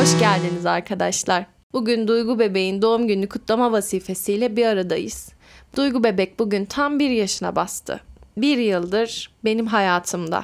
Hoş geldiniz arkadaşlar. Bugün Duygu Bebek'in doğum gününü kutlama vazifesiyle bir aradayız. Duygu Bebek bugün tam 1 yaşına bastı. 1 yıldır benim hayatımda.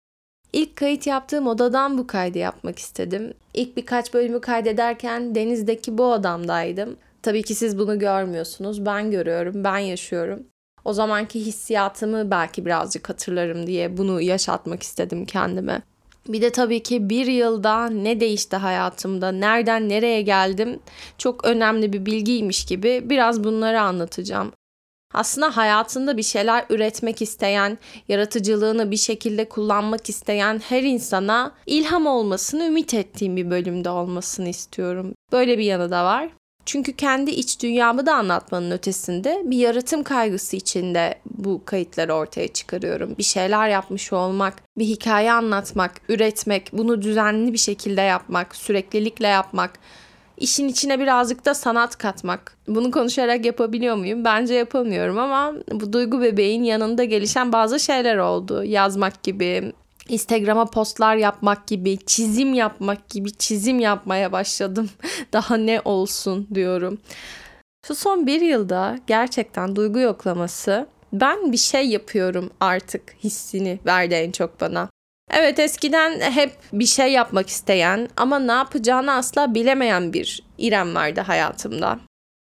İlk kayıt yaptığım odadan bu kaydı yapmak istedim. İlk birkaç bölümü kaydederken denizdeki bu odamdaydım. Tabii ki siz bunu görmüyorsunuz. Ben görüyorum, ben yaşıyorum. O zamanki hissiyatımı belki birazcık hatırlarım diye bunu yaşatmak istedim kendime. Bir de tabii ki 1 yılda ne değişti hayatımda, nereden nereye geldim çok önemli bir bilgiymiş gibi biraz bunları anlatacağım. Aslında hayatında bir şeyler üretmek isteyen, yaratıcılığını bir şekilde kullanmak isteyen her insana ilham olmasını ümit ettiğim bir bölümde olmasını istiyorum. Böyle bir yanı da var. Çünkü kendi iç dünyamı da anlatmanın ötesinde bir yaratım kaygısı içinde bu kayıtları ortaya çıkarıyorum. Bir şeyler yapmış olmak, bir hikaye anlatmak, üretmek, bunu düzenli bir şekilde yapmak, süreklilikle yapmak, işin içine birazcık da sanat katmak. Bunu konuşarak yapabiliyor muyum? Bence yapamıyorum ama bu Duygu Bebeğin yanında gelişen bazı şeyler oldu. Yazmak gibi, Instagram'a postlar yapmak gibi, çizim yapmak gibi çizim yapmaya başladım. Daha ne olsun diyorum. Şu son 1 yılda gerçekten duygu yoklaması, ben bir şey yapıyorum artık hissini verdi en çok bana. Evet, eskiden hep bir şey yapmak isteyen ama ne yapacağını asla bilemeyen bir İrem vardı hayatımda.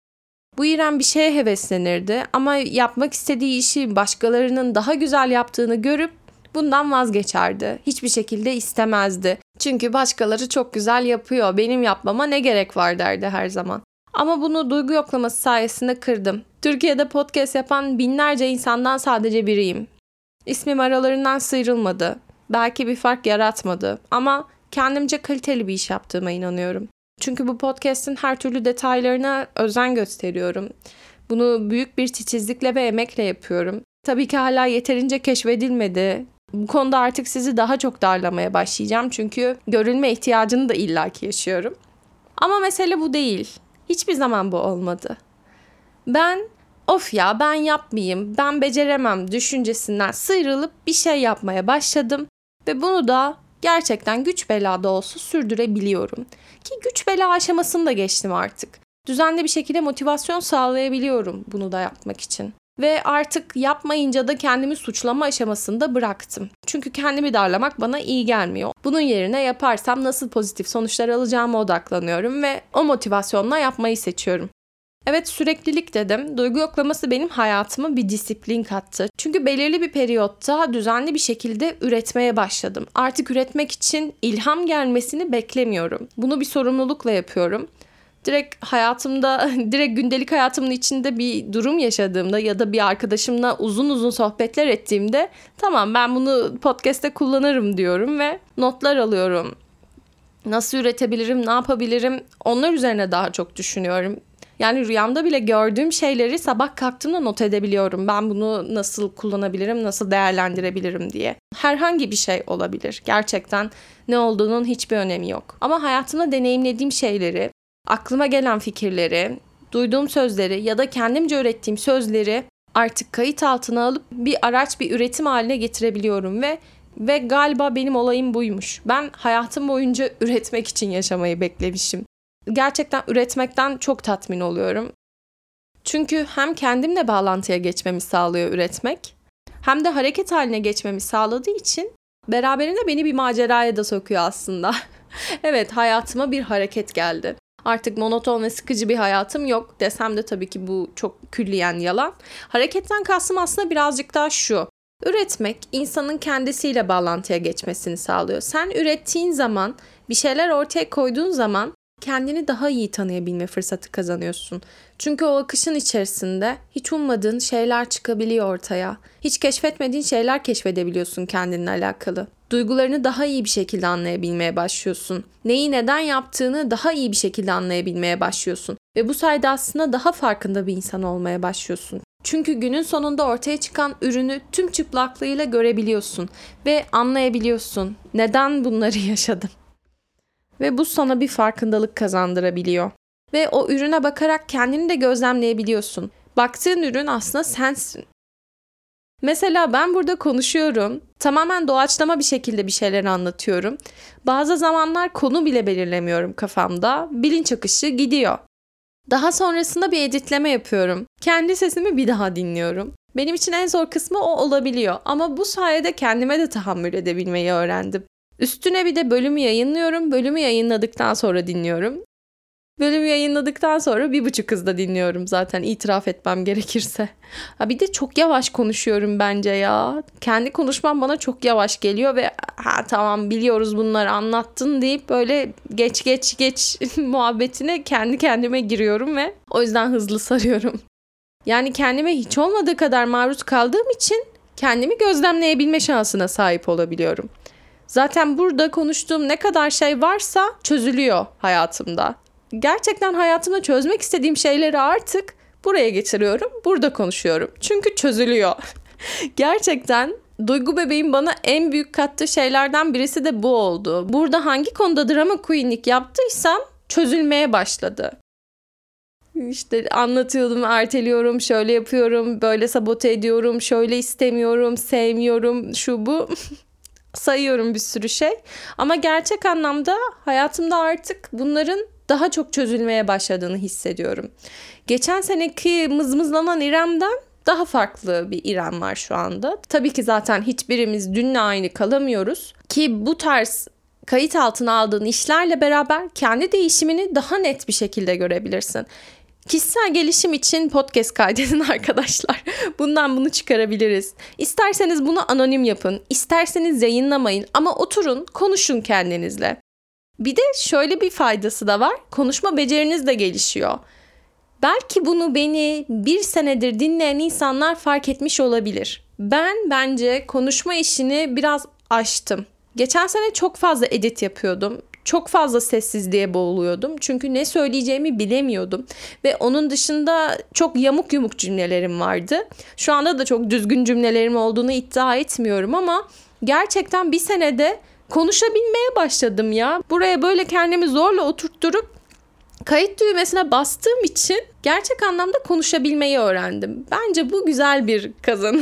Bu İrem bir şeye heveslenirdi ama yapmak istediği işi başkalarının daha güzel yaptığını görüp bundan vazgeçerdi. Hiçbir şekilde istemezdi. Çünkü başkaları çok güzel yapıyor, benim yapmama ne gerek var derdi her zaman. Ama bunu duygu yoklaması sayesinde kırdım. Türkiye'de podcast yapan binlerce insandan sadece biriyim. İsmim aralarından sıyrılmadı. Belki bir fark yaratmadı ama kendimce kaliteli bir iş yaptığıma inanıyorum. Çünkü bu podcast'in her türlü detaylarına özen gösteriyorum. Bunu büyük bir titizlikle ve emekle yapıyorum. Tabii ki hala yeterince keşfedilmedi. Bu konuda artık sizi daha çok darlamaya başlayacağım çünkü görülme ihtiyacını da illaki yaşıyorum. Ama mesele bu değil. Hiçbir zaman bu olmadı. Ben of ya ben yapmayayım, ben beceremem düşüncesinden sıyrılıp bir şey yapmaya başladım. Ve bunu da gerçekten güç bela da olsa sürdürebiliyorum. Ki güç bela aşamasını da geçtim artık. Düzenli bir şekilde motivasyon sağlayabiliyorum bunu da yapmak için. Ve artık yapmayınca da kendimi suçlama aşamasında bıraktım. Çünkü kendimi darlamak bana iyi gelmiyor. Bunun yerine yaparsam nasıl pozitif sonuçlar alacağıma odaklanıyorum ve o motivasyonla yapmayı seçiyorum. Evet, süreklilik dedim. Duygu yoklaması benim hayatıma bir disiplin kattı. Çünkü belirli bir periyotta düzenli bir şekilde üretmeye başladım. Artık üretmek için ilham gelmesini beklemiyorum. Bunu bir sorumlulukla yapıyorum. Direkt gündelik hayatımın içinde bir durum yaşadığımda ya da bir arkadaşımla uzun uzun sohbetler ettiğimde tamam ben bunu podcast'te kullanırım diyorum ve notlar alıyorum. Nasıl üretebilirim, ne yapabilirim? Onlar üzerine daha çok düşünüyorum. Yani rüyamda bile gördüğüm şeyleri sabah kalktığımda not edebiliyorum. Ben bunu nasıl kullanabilirim, nasıl değerlendirebilirim diye. Herhangi bir şey olabilir. Gerçekten ne olduğunun hiçbir önemi yok. Ama hayatımda deneyimlediğim şeyleri, aklıma gelen fikirleri, duyduğum sözleri ya da kendimce öğrettiğim sözleri artık kayıt altına alıp bir araç, bir üretim haline getirebiliyorum ve galiba benim olayım buymuş. Ben hayatım boyunca üretmek için yaşamayı beklemişim. Gerçekten üretmekten çok tatmin oluyorum. Çünkü hem kendimle bağlantıya geçmemi sağlıyor üretmek, hem de hareket haline geçmemi sağladığı için beraberinde beni bir maceraya da sokuyor aslında. Evet, hayatıma bir hareket geldi. Artık monoton ve sıkıcı bir hayatım yok desem de tabii ki bu çok külliyen yalan. Hareketten kastım aslında birazcık daha şu. Üretmek insanın kendisiyle bağlantıya geçmesini sağlıyor. Sen ürettiğin zaman, bir şeyler ortaya koyduğun zaman kendini daha iyi tanıyabilme fırsatı kazanıyorsun. Çünkü o akışın içerisinde hiç ummadığın şeyler çıkabiliyor ortaya. Hiç keşfetmediğin şeyler keşfedebiliyorsun kendinle alakalı. Duygularını daha iyi bir şekilde anlayabilmeye başlıyorsun. Neyi neden yaptığını daha iyi bir şekilde anlayabilmeye başlıyorsun. Ve bu sayede aslında daha farkında bir insan olmaya başlıyorsun. Çünkü günün sonunda ortaya çıkan ürünü tüm çıplaklığıyla görebiliyorsun ve anlayabiliyorsun. Neden bunları yaşadım? Ve bu sana bir farkındalık kazandırabiliyor. Ve o ürüne bakarak kendini de gözlemleyebiliyorsun. Baktığın ürün aslında sensin. Mesela ben burada konuşuyorum. Tamamen doğaçlama bir şekilde bir şeyler anlatıyorum. Bazı zamanlar konu bile belirlemiyorum kafamda. Bilinç akışı gidiyor. Daha sonrasında bir editleme yapıyorum. Kendi sesimi bir daha dinliyorum. Benim için en zor kısmı o olabiliyor. Ama bu sayede kendime de tahammül edebilmeyi öğrendim. Üstüne bir de bölümü yayınlıyorum. Bölümü yayınladıktan sonra dinliyorum. Bölümü yayınladıktan sonra 1,5 hızda dinliyorum zaten, itiraf etmem gerekirse. Ha bir de çok yavaş konuşuyorum bence ya. Kendi konuşmam bana çok yavaş geliyor ve tamam biliyoruz bunları anlattın deyip böyle geç muhabbetine kendi kendime giriyorum ve o yüzden hızlı sarıyorum. Yani kendime hiç olmadığı kadar maruz kaldığım için kendimi gözlemleyebilme şansına sahip olabiliyorum. Zaten burada konuştuğum ne kadar şey varsa çözülüyor hayatımda. Gerçekten hayatımda çözmek istediğim şeyleri artık buraya getiriyorum, burada konuşuyorum. Çünkü çözülüyor. Gerçekten Duygu Bebeğin bana en büyük kattığı şeylerden birisi de bu oldu. Burada hangi konuda drama queenlik yaptıysam çözülmeye başladı. İşte anlatıyordum, erteliyorum, şöyle yapıyorum, böyle sabote ediyorum, şöyle istemiyorum, sevmiyorum, şu bu. Sayıyorum bir sürü şey. Ama gerçek anlamda hayatımda artık bunların daha çok çözülmeye başladığını hissediyorum. Geçen seneki mızmızlanan İrem'den daha farklı bir İrem var şu anda. Tabii ki zaten hiçbirimiz dünle aynı kalamıyoruz. Ki bu tarz kayıt altına aldığın işlerle beraber kendi değişimini daha net bir şekilde görebilirsin. Kişisel gelişim için podcast kaydedin arkadaşlar. Bundan bunu çıkarabiliriz. İsterseniz bunu anonim yapın, isterseniz yayınlamayın ama oturun, konuşun kendinizle. Bir de şöyle bir faydası da var. Konuşma beceriniz de gelişiyor. Belki bunu beni 1 senedir dinleyen insanlar fark etmiş olabilir. Bence konuşma işini biraz aştım. Geçen sene çok fazla edit yapıyordum. Çok fazla sessizliğe boğuluyordum. Çünkü ne söyleyeceğimi bilemiyordum. Ve onun dışında çok yamuk yumuk cümlelerim vardı. Şu anda da çok düzgün cümlelerim olduğunu iddia etmiyorum ama gerçekten 1 senede konuşabilmeye başladım ya. Buraya böyle kendimi zorla oturtturup kayıt düğmesine bastığım için gerçek anlamda konuşabilmeyi öğrendim. Bence bu güzel bir kazanım.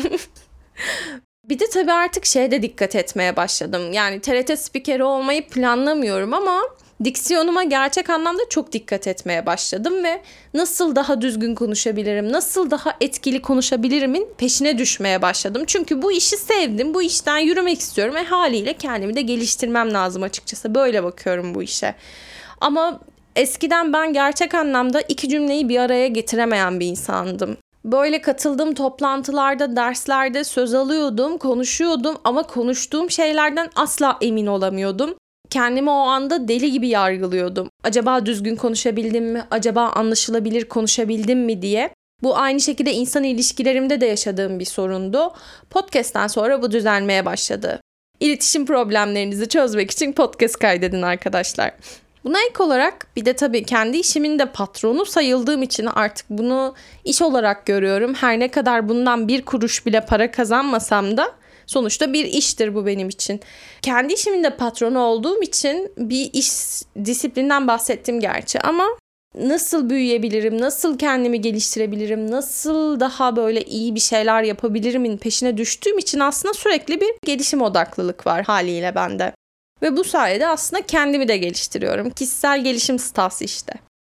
Bir de tabii artık şeye de dikkat etmeye başladım. Yani TRT spikeri olmayı planlamıyorum ama diksiyonuma gerçek anlamda çok dikkat etmeye başladım ve nasıl daha düzgün konuşabilirim, nasıl daha etkili konuşabilirimin peşine düşmeye başladım. Çünkü bu işi sevdim, bu işten yürümek istiyorum ve haliyle kendimi de geliştirmem lazım açıkçası. Böyle bakıyorum bu işe. Ama eskiden ben gerçek anlamda 2 cümleyi bir araya getiremeyen bir insandım. Böyle katıldığım toplantılarda, derslerde söz alıyordum, konuşuyordum ama konuştuğum şeylerden asla emin olamıyordum. Kendimi o anda deli gibi yargılıyordum. Acaba düzgün konuşabildim mi? Acaba anlaşılabilir konuşabildim mi diye. Bu aynı şekilde insan ilişkilerimde de yaşadığım bir sorundu. Podcast'ten sonra bu düzelmeye başladı. İletişim problemlerinizi çözmek için podcast kaydedin arkadaşlar. Buna ek olarak bir de tabii kendi işimin de patronu sayıldığım için artık bunu iş olarak görüyorum. Her ne kadar bundan 1 kuruş bile para kazanmasam da sonuçta bir iştir bu benim için. Kendi işimin de patronu olduğum için bir iş disiplinden bahsettim gerçi ama nasıl büyüyebilirim, nasıl kendimi geliştirebilirim, nasıl daha böyle iyi bir şeyler yapabilirimin peşine düştüğüm için aslında sürekli bir gelişim odaklılık var haliyle bende. Ve bu sayede aslında kendimi de geliştiriyorum. Kişisel gelişim stası işte.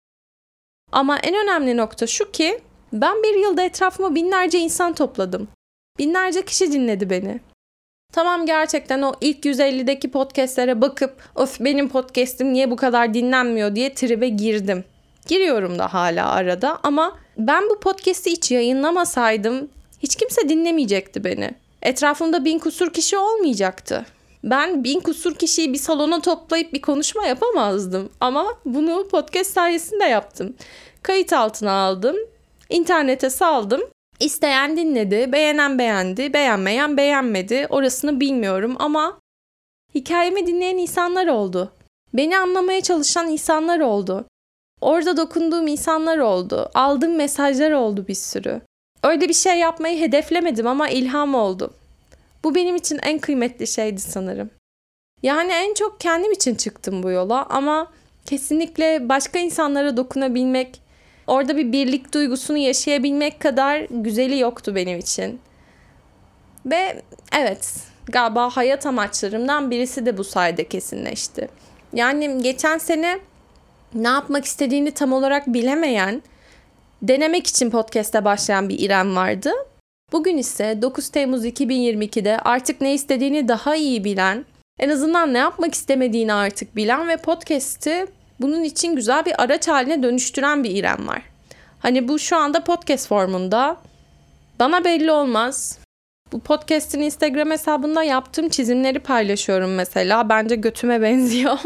Ama en önemli nokta şu ki ben 1 yılda etrafıma binlerce insan topladım. Binlerce kişi dinledi beni. Tamam gerçekten o ilk 150'deki podcastlere bakıp of benim podcastim niye bu kadar dinlenmiyor diye tribe girdim. Giriyorum da hala arada ama ben bu podcast'i hiç yayınlamasaydım hiç kimse dinlemeyecekti beni. Etrafımda 1000 kusur kişi olmayacaktı. Ben 1000 kusur kişiyi bir salona toplayıp bir konuşma yapamazdım. Ama bunu podcast sayesinde yaptım. Kayıt altına aldım, internete saldım. İsteyen dinledi, beğenen beğendi, beğenmeyen beğenmedi. Orasını bilmiyorum ama hikayemi dinleyen insanlar oldu. Beni anlamaya çalışan insanlar oldu. Orada dokunduğum insanlar oldu. Aldığım mesajlar oldu bir sürü. Öyle bir şey yapmayı hedeflemedim ama ilham oldu. Bu benim için en kıymetli şeydi sanırım. Yani en çok kendim için çıktım bu yola ama kesinlikle başka insanlara dokunabilmek, orada bir birlik duygusunu yaşayabilmek kadar güzeli yoktu benim için. Ve evet, galiba hayat amaçlarımdan birisi de bu sayede kesinleşti. Yani geçen sene ne yapmak istediğini tam olarak bilemeyen, denemek için podcast'e başlayan bir İrem vardı. Bugün ise 9 Temmuz 2022'de artık ne istediğini daha iyi bilen, en azından ne yapmak istemediğini artık bilen ve podcast'i bunun için güzel bir araç haline dönüştüren bir İrem var. Hani bu şu anda podcast formunda. Bana belli olmaz. Bu podcast'in Instagram hesabında yaptığım çizimleri paylaşıyorum mesela. Bence götüme benziyor.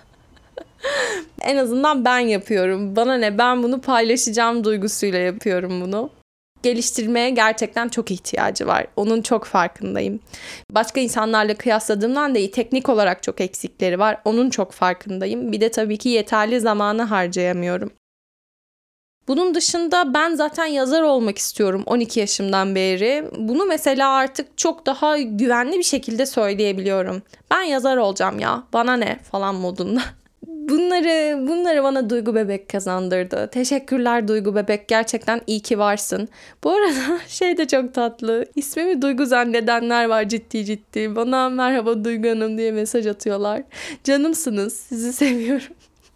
En azından ben yapıyorum. Bana ne, ben bunu paylaşacağım duygusuyla yapıyorum bunu. Geliştirmeye gerçekten çok ihtiyacı var. Onun çok farkındayım. Başka insanlarla kıyasladığımdan değil, teknik olarak çok eksikleri var. Onun çok farkındayım. Bir de tabii ki yeterli zamanı harcayamıyorum. Bunun dışında ben zaten yazar olmak istiyorum 12 yaşımdan beri. Bunu mesela artık çok daha güvenli bir şekilde söyleyebiliyorum. Ben yazar olacağım ya, bana ne falan modunda. Bunları bana Duygu Bebek kazandırdı. Teşekkürler Duygu Bebek. Gerçekten iyi ki varsın. Bu arada şey de çok tatlı. İsmimi Duygu zannedenler var ciddi. Bana merhaba Duygu Hanım diye mesaj atıyorlar. Canımsınız. Sizi seviyorum.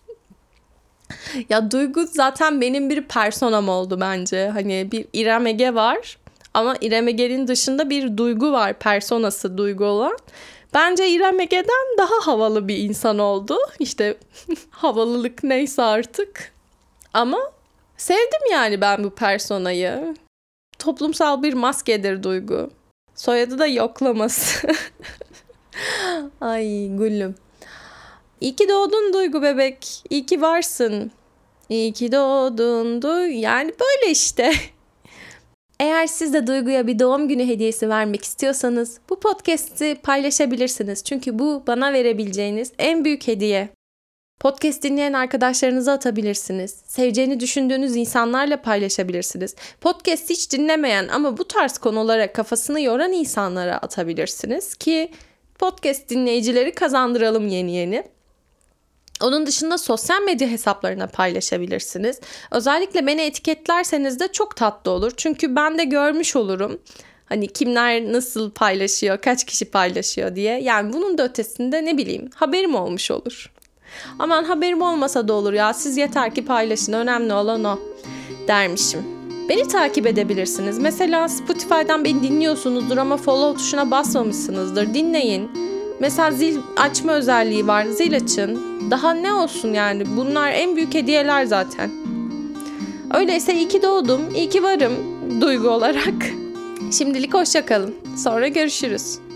Ya Duygu zaten benim bir personam oldu bence. Hani bir İrem Ege var. Ama İrem Ege'nin dışında bir Duygu var. Personası Duygu olan. Bence İrem Ege'den daha havalı bir insan oldu. İşte havalılık neyse artık. Ama sevdim yani ben bu personayı. Toplumsal bir maskedir Duygu. Soyadı da yoklaması. Ay gülüm. İyi ki doğdun Duygu Bebek. İyi ki varsın. İyi ki doğdun Yani böyle işte. Eğer siz de Duygu'ya bir doğum günü hediyesi vermek istiyorsanız bu podcast'i paylaşabilirsiniz. Çünkü bu bana verebileceğiniz en büyük hediye. Podcast dinleyen arkadaşlarınıza atabilirsiniz. Seveceğini düşündüğünüz insanlarla paylaşabilirsiniz. Podcast hiç dinlemeyen ama bu tarz konulara kafasını yoran insanlara atabilirsiniz ki podcast dinleyicileri kazandıralım yeni. Onun dışında sosyal medya hesaplarına paylaşabilirsiniz. Özellikle beni etiketlerseniz de çok tatlı olur. Çünkü ben de görmüş olurum. Hani kimler nasıl paylaşıyor, kaç kişi paylaşıyor diye. Yani bunun da ötesinde ne bileyim haberim olmuş olur. Aman haberim olmasa da olur ya, siz yeter ki paylaşın, önemli olan o dermişim. Beni takip edebilirsiniz. Mesela Spotify'dan beni dinliyorsunuzdur ama follow tuşuna basmamışsınızdır. Dinleyin. Mesela zil açma özelliği var. Zil açın. Daha ne olsun yani? Bunlar en büyük hediyeler zaten. Öyleyse iyi ki doğdum, iyi ki varım Duygu olarak. Şimdilik hoşça kalın. Sonra görüşürüz.